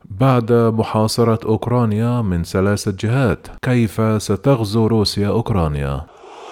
بعد محاصرة أوكرانيا من 3 جهات، كيف ستغزو روسيا أوكرانيا؟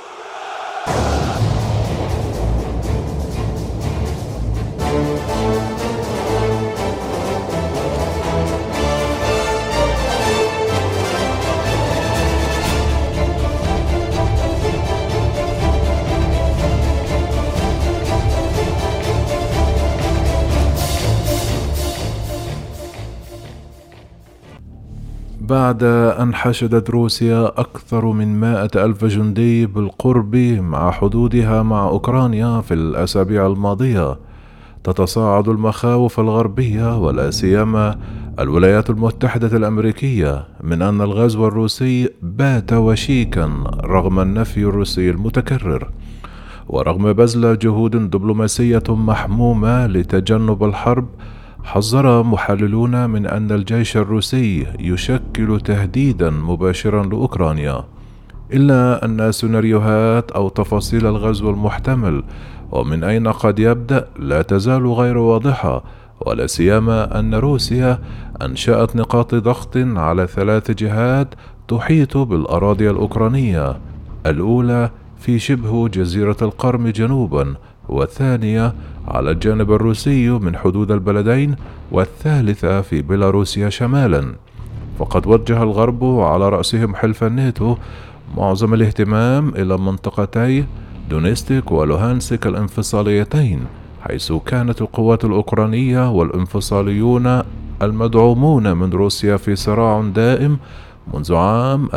بعد أن حشدت روسيا أكثر من 100,000 جندي بالقرب مع حدودها مع أوكرانيا في الأسابيع الماضية، تتصاعد المخاوف الغربية ولا سيما الولايات المتحدة الأمريكية من أن الغزو الروسي بات وشيكا رغم النفي الروسي المتكرر، ورغم بذل جهود دبلوماسية محمومة لتجنب الحرب. حذر محللون من أن الجيش الروسي يشكل تهديدا مباشرا لأوكرانيا، إلا أن سيناريوهات أو تفاصيل الغزو المحتمل ومن أين قد يبدأ لا تزال غير واضحة، ولا سيما أن روسيا أنشأت نقاط ضغط على 3 جهات تحيط بالأراضي الأوكرانية: الأولى في شبه جزيرة القرم جنوبا، والثانية على الجانب الروسي من حدود البلدين، والثالثة في بيلاروسيا شمالا. فقد وجه الغرب على رأسهم حلف الناتو معظم الاهتمام إلى منطقتي دونيتسك ولوهانسك الانفصاليتين، حيث كانت القوات الأوكرانية والانفصاليون المدعومون من روسيا في صراع دائم منذ عام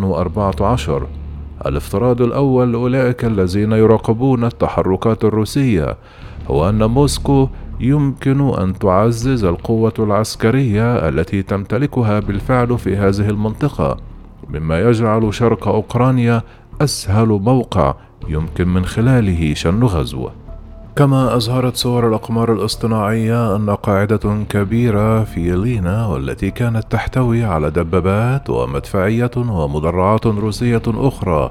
2014. الافتراض الأول لأولئك الذين يراقبون التحركات الروسية هو أن موسكو يمكن أن تعزز القوة العسكرية التي تمتلكها بالفعل في هذه المنطقة، مما يجعل شرق أوكرانيا أسهل موقع يمكن من خلاله شن غزو. كما أظهرت صور الأقمار الاصطناعية أن قاعدة كبيرة في لينا، والتي كانت تحتوي على دبابات ومدفعية ومدرعات روسية أخرى،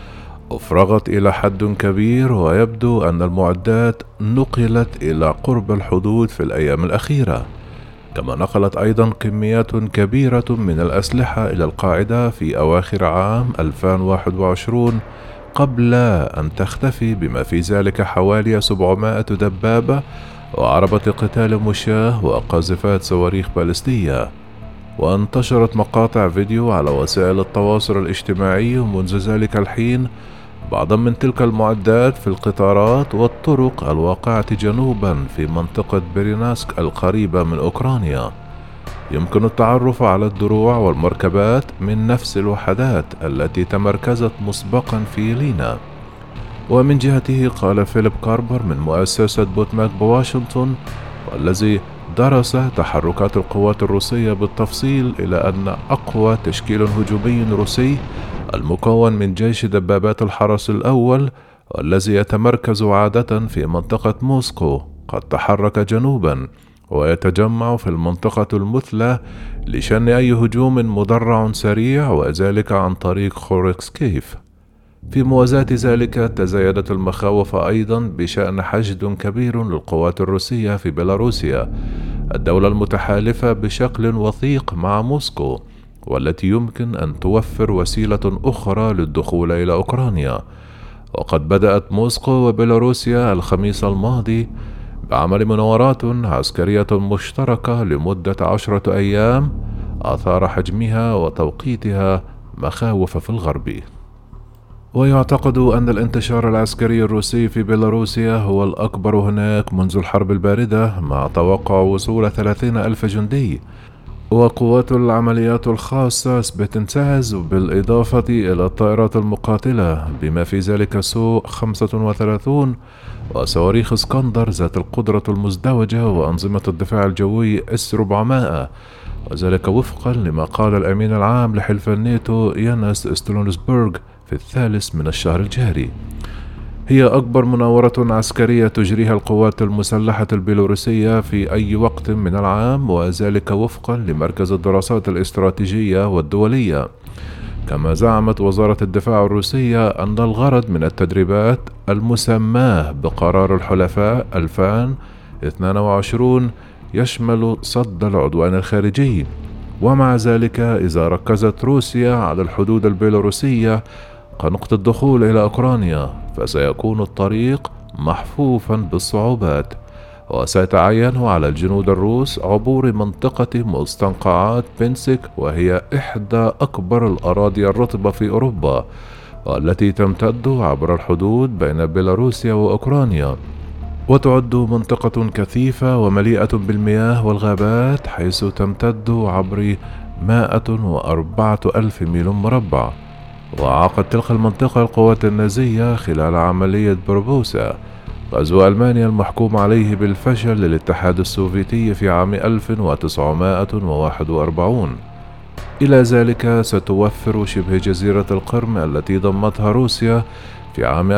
أفرغت إلى حد كبير، ويبدو أن المعدات نقلت إلى قرب الحدود في الأيام الأخيرة. كما نقلت أيضا كميات كبيرة من الأسلحة إلى القاعدة في أواخر عام 2021 قبل أن تختفي، بما في ذلك حوالي 700 دبابة وعربة قتال مشاة وقاذفات صواريخ باليستية. وانتشرت مقاطع فيديو على وسائل التواصل الاجتماعي منذ ذلك الحين بعضا من تلك المعدات في القطارات والطرق الواقعة جنوبا في منطقة بيريناسك القريبة من أوكرانيا. يمكن التعرف على الدروع والمركبات من نفس الوحدات التي تمركزت مسبقا في لينا. ومن جهته قال فيليب كاربر من مؤسسة بوتماك بواشنطن، والذي درس تحركات القوات الروسية بالتفصيل، إلى أن أقوى تشكيل هجومي روسي المكون من جيش دبابات الحرس الأول، والذي يتمركز عادة في منطقة موسكو، قد تحرك جنوبا ويتجمع في المنطقة المثلى لشن أي هجوم مدرع سريع، وذلك عن طريق خوركسكيف. في موازاة ذلك تزايدت المخاوف أيضا بشأن حشد كبير للقوات الروسية في بيلاروسيا، الدولة المتحالفة بشكل وثيق مع موسكو، والتي يمكن أن توفر وسيلة أخرى للدخول إلى أوكرانيا. وقد بدأت موسكو وبيلاروسيا الخميس الماضي بعمل مناورات عسكرية مشتركة لمدة 10 أيام أثار حجمها وتوقيتها مخاوف في الغرب. ويعتقد أن الانتشار العسكري الروسي في بيلاروسيا هو الأكبر هناك منذ الحرب الباردة، مع توقع وصول 30,000 جندي. وقوات العمليات الخاصة بتنتهز، بالإضافة إلى الطائرات المقاتلة بما في ذلك سو 35 وصواريخ اسكندر ذات القدرة المزدوجة وأنظمة الدفاع الجوي S-400، وذلك وفقا لما قال الأمين العام لحلف الناتو يانس ستولتنبرغ في 3 من الشهر الجاري. هي أكبر مناورة عسكرية تجريها القوات المسلحة البيلاروسية في أي وقت من العام، وذلك وفقا لمركز الدراسات الاستراتيجية والدولية. كما زعمت وزارة الدفاع الروسية أن الغرض من التدريبات المسماة بقرار الحلفاء 2022 يشمل صد العدوان الخارجي. ومع ذلك إذا ركزت روسيا على الحدود البيلاروسية كنقطة الدخول إلى أوكرانيا فسيكون الطريق محفوفا بالصعوبات، وسيتعين على الجنود الروس عبور منطقة مستنقعات بنسك، وهي إحدى أكبر الأراضي الرطبة في أوروبا والتي تمتد عبر الحدود بين بيلاروسيا وأوكرانيا، وتعد منطقة كثيفة ومليئة بالمياه والغابات، حيث تمتد عبر 104,000 ميل مربع. وعاقت تلك المنطقة القوات النازية خلال عملية بربوسا، غزو ألمانيا المحكوم عليه بالفشل للاتحاد السوفيتي في عام 1941. إلى ذلك ستوفر شبه جزيرة القرم التي ضمتها روسيا في عام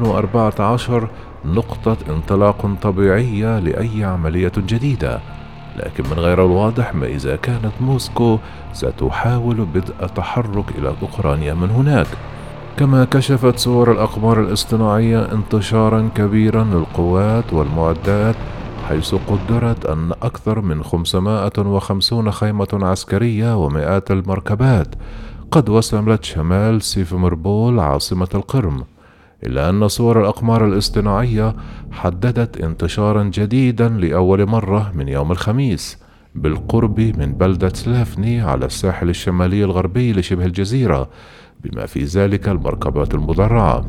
2014 نقطة انطلاق طبيعية لأي عملية جديدة، لكن من غير الواضح ما إذا كانت موسكو ستحاول بدء تحرك إلى أوكرانيا من هناك. كما كشفت صور الأقمار الاصطناعية انتشارا كبيرا للقوات والمعدات، حيث قدرت أن أكثر من 550 خيمة عسكرية ومئات المركبات قد وصلت شمال سيفمربول عاصمة القرم، إلا أن صور الأقمار الاصطناعية حددت انتشارا جديدا لأول مرة من يوم الخميس بالقرب من بلدة سلافني على الساحل الشمالي الغربي لشبه الجزيرة، بما في ذلك المركبات المدرعة.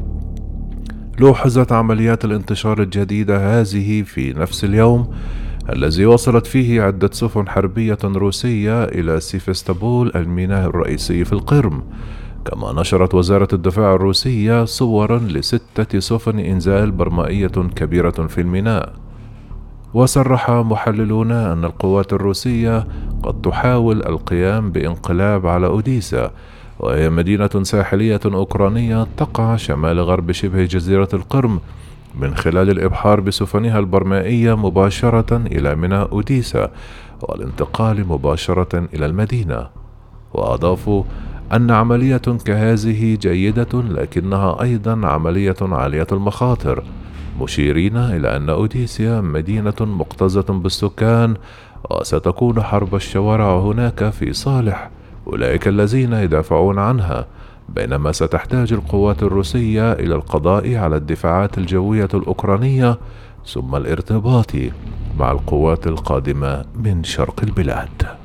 لوحظت عمليات الانتشار الجديدة هذه في نفس اليوم الذي وصلت فيه عدة سفن حربية روسية إلى سيفستوبول الميناء الرئيسي في القرم. كما نشرت وزارة الدفاع الروسية صورا ل6 سفن إنزال برمائية كبيرة في الميناء. وصرح محللون أن القوات الروسية قد تحاول القيام بانقلاب على أوديسا، وهي مدينة ساحلية أوكرانية تقع شمال غرب شبه جزيرة القرم، من خلال الإبحار بسفنها البرمائية مباشرة إلى ميناء أوديسا والانتقال مباشرة إلى المدينة. وأضافوا أن عملية كهذه جيدة لكنها أيضا عملية عالية المخاطر، مشيرين إلى أن أوديسا مدينة مكتظة بالسكان، وستكون حرب الشوارع هناك في صالح أولئك الذين يدافعون عنها، بينما ستحتاج القوات الروسية إلى القضاء على الدفاعات الجوية الأوكرانية ثم الارتباط مع القوات القادمة من شرق البلاد.